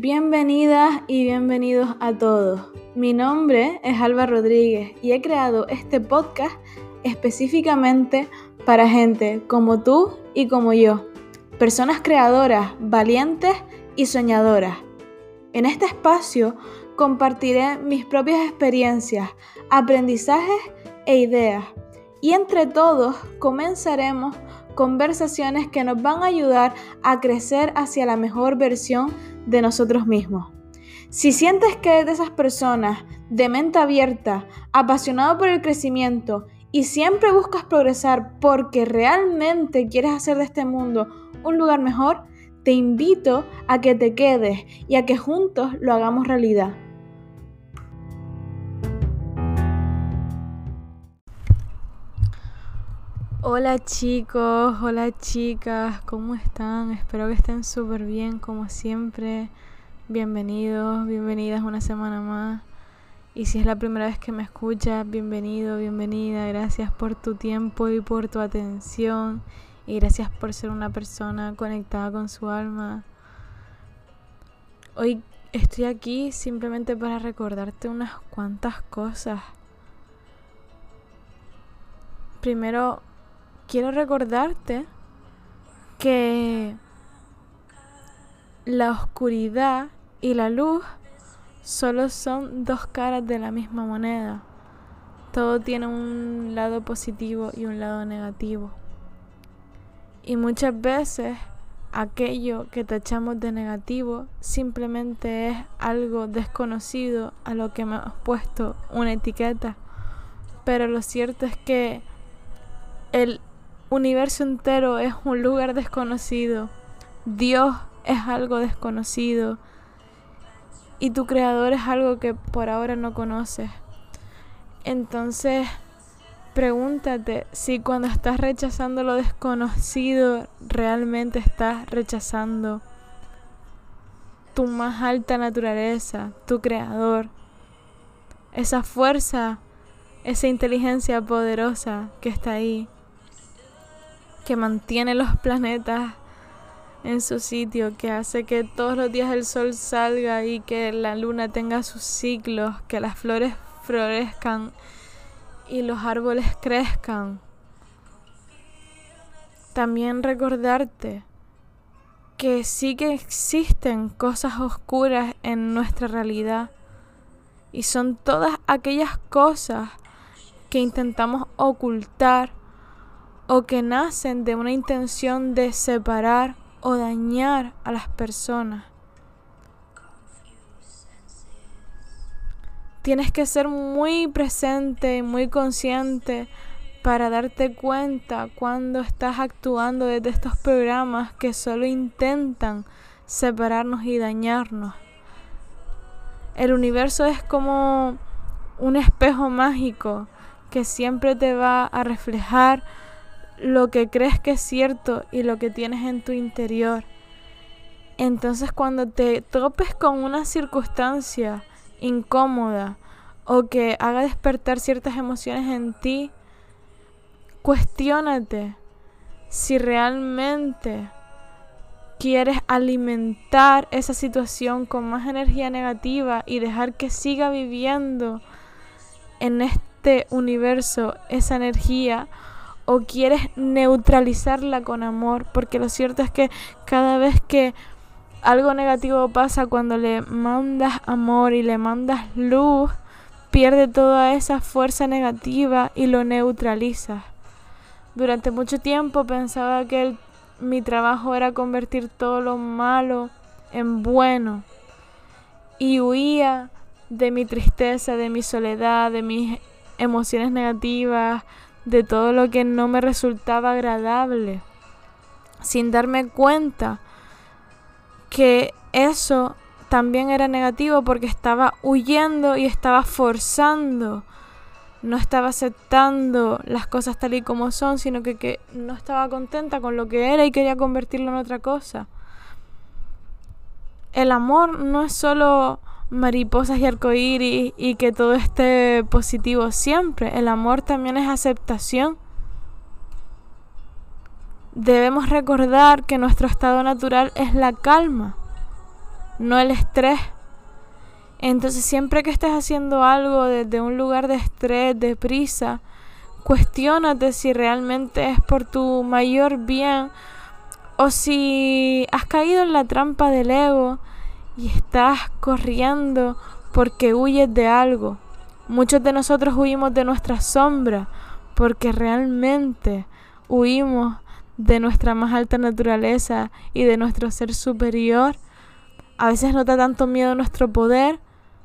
Bienvenidas y bienvenidos a todos. Mi nombre es Alba Rodríguez y he creado este podcast específicamente para gente como tú y como yo, personas creadoras, valientes y soñadoras. En este espacio compartiré mis propias experiencias, aprendizajes e ideas, y entre todos comenzaremos conversaciones que nos van a ayudar a crecer hacia la mejor versión de nosotros mismos. Si sientes que eres de esas personas de mente abierta, apasionado por el crecimiento y siempre buscas progresar porque realmente quieres hacer de este mundo un lugar mejor, te invito a que te quedes y a que juntos lo hagamos realidad. Hola chicos, hola chicas, ¿cómo están? Espero que estén súper bien como siempre. Bienvenidos, bienvenidas una semana más. Y si es la primera vez que me escuchas, bienvenido, bienvenida. Gracias por tu tiempo y por tu atención. Y gracias por ser una persona conectada con su alma. Hoy estoy aquí simplemente para recordarte unas cuantas cosas. Primero, quiero recordarte que la oscuridad y la luz solo son dos caras de la misma moneda. Todo tiene un lado positivo y un lado negativo. Y muchas veces aquello que tachamos de negativo simplemente es algo desconocido a lo que hemos puesto una etiqueta. Pero lo cierto es que el universo entero es un lugar desconocido. Dios es algo desconocido. Y tu creador es algo que por ahora no conoces. Entonces, pregúntate si cuando estás rechazando lo desconocido, realmente estás rechazando tu más alta naturaleza, tu creador. Esa fuerza, esa inteligencia poderosa que está ahí, que mantiene los planetas en su sitio, que hace que todos los días el sol salga y que la luna tenga sus ciclos, que las flores florezcan y los árboles crezcan. También recordarte que sí que existen cosas oscuras en nuestra realidad y son todas aquellas cosas que intentamos ocultar o que nacen de una intención de separar o dañar a las personas. Tienes que ser muy presente y muy consciente para darte cuenta cuando estás actuando desde estos programas que solo intentan separarnos y dañarnos. El universo es como un espejo mágico que siempre te va a reflejar lo que crees que es cierto y lo que tienes en tu interior. Entonces, cuando te topes con una circunstancia incómoda o que haga despertar ciertas emociones en ti, cuestiónate si realmente quieres alimentar esa situación con más energía negativa y dejar que siga viviendo en este universo esa energía, o quieres neutralizarla con amor, porque lo cierto es que cada vez que algo negativo pasa, cuando le mandas amor y le mandas luz, pierde toda esa fuerza negativa y lo neutralizas. Durante mucho tiempo pensaba que mi trabajo era convertir todo lo malo en bueno y huía de mi tristeza, de mi soledad, de mis emociones negativas, de todo lo que no me resultaba agradable, sin darme cuenta que eso también era negativo, porque estaba huyendo y estaba forzando, no estaba aceptando las cosas tal y como son, sino que no estaba contenta con lo que era y quería convertirlo en otra cosa. El amor no es solo mariposas y arcoíris y que todo esté positivo siempre. El amor también es aceptación. Debemos recordar que nuestro estado natural es la calma. no el estrés. Entonces siempre que estés haciendo algo desde un lugar de estrés, de prisa, cuestiónate si realmente es por tu mayor bien o si has caído en la trampa del ego y estás corriendo porque huyes de algo. Muchos de nosotros huimos de nuestra sombra porque realmente huimos de nuestra más alta naturaleza y de nuestro ser superior. A veces nos da tanto miedo nuestro poder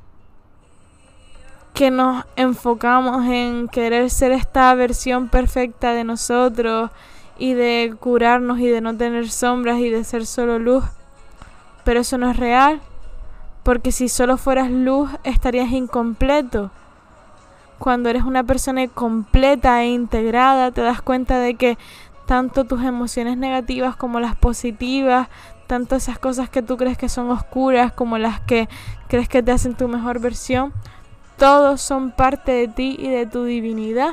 que nos enfocamos en querer ser esta versión perfecta de nosotros y de curarnos y de no tener sombras y de ser solo luz. Pero eso no es real, porque si solo fueras luz estarías incompleto. Cuando eres una persona completa e integrada, te das cuenta de que tanto tus emociones negativas como las positivas, tanto esas cosas que tú crees que son oscuras como las que crees que te hacen tu mejor versión, todos son parte de ti y de tu divinidad.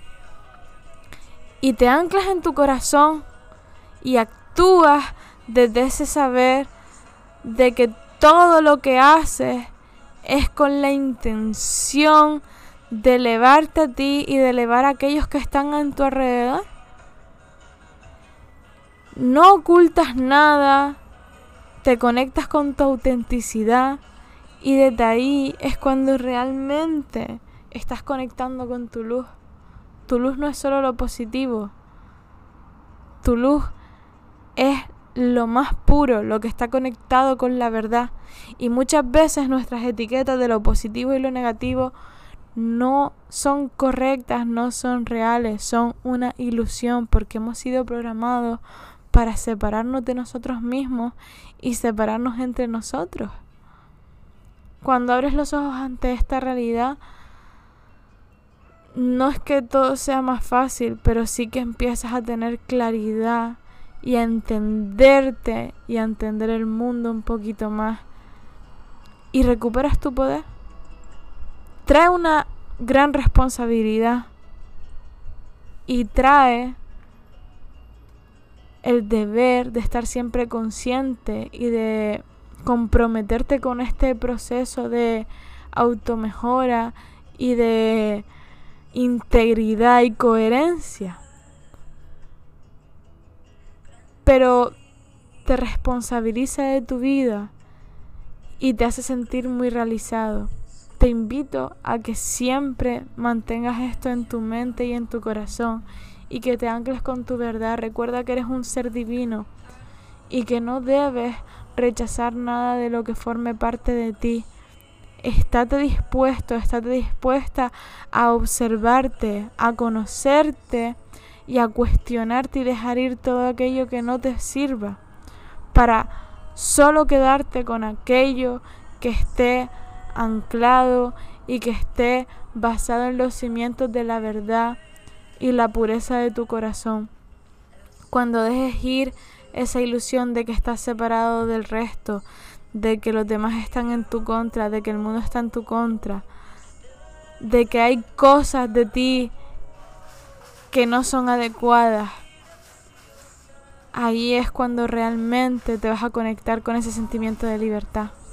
Y te anclas en tu corazón y actúas desde ese saber de que todo lo que haces es con la intención de elevarte a ti y de elevar a aquellos que están en tu alrededor. No ocultas nada, te conectas con tu autenticidad y desde ahí es cuando realmente estás conectando con tu luz. Tu luz no es solo lo positivo, tu luz es lo más puro, lo que está conectado con la verdad. Y muchas veces nuestras etiquetas de lo positivo y lo negativo no son correctas, no son reales, son una ilusión porque hemos sido programados para separarnos de nosotros mismos y separarnos entre nosotros. Cuando abres los ojos ante esta realidad, no es que todo sea más fácil, pero sí que empiezas a tener claridad y a entenderte y a entender el mundo un poquito más y recuperas tu poder. Trae una gran responsabilidad y trae el deber de estar siempre consciente y de comprometerte con este proceso de automejora y de integridad y coherencia. Pero te responsabiliza de tu vida y te hace sentir muy realizado. Te invito a que siempre mantengas esto en tu mente y en tu corazón y que te ancles con tu verdad. Recuerda que eres un ser divino y que no debes rechazar nada de lo que forme parte de ti. Estate dispuesta a observarte, a conocerte y a cuestionarte y dejar ir todo aquello que no te sirva para solo quedarte con aquello que esté anclado y que esté basado en los cimientos de la verdad y la pureza de tu corazón. Cuando dejes ir esa ilusión de que estás separado del resto, de que los demás están en tu contra, de que el mundo está en tu contra, de que hay cosas de ti que no son adecuadas, ahí es cuando realmente te vas a conectar con ese sentimiento de libertad.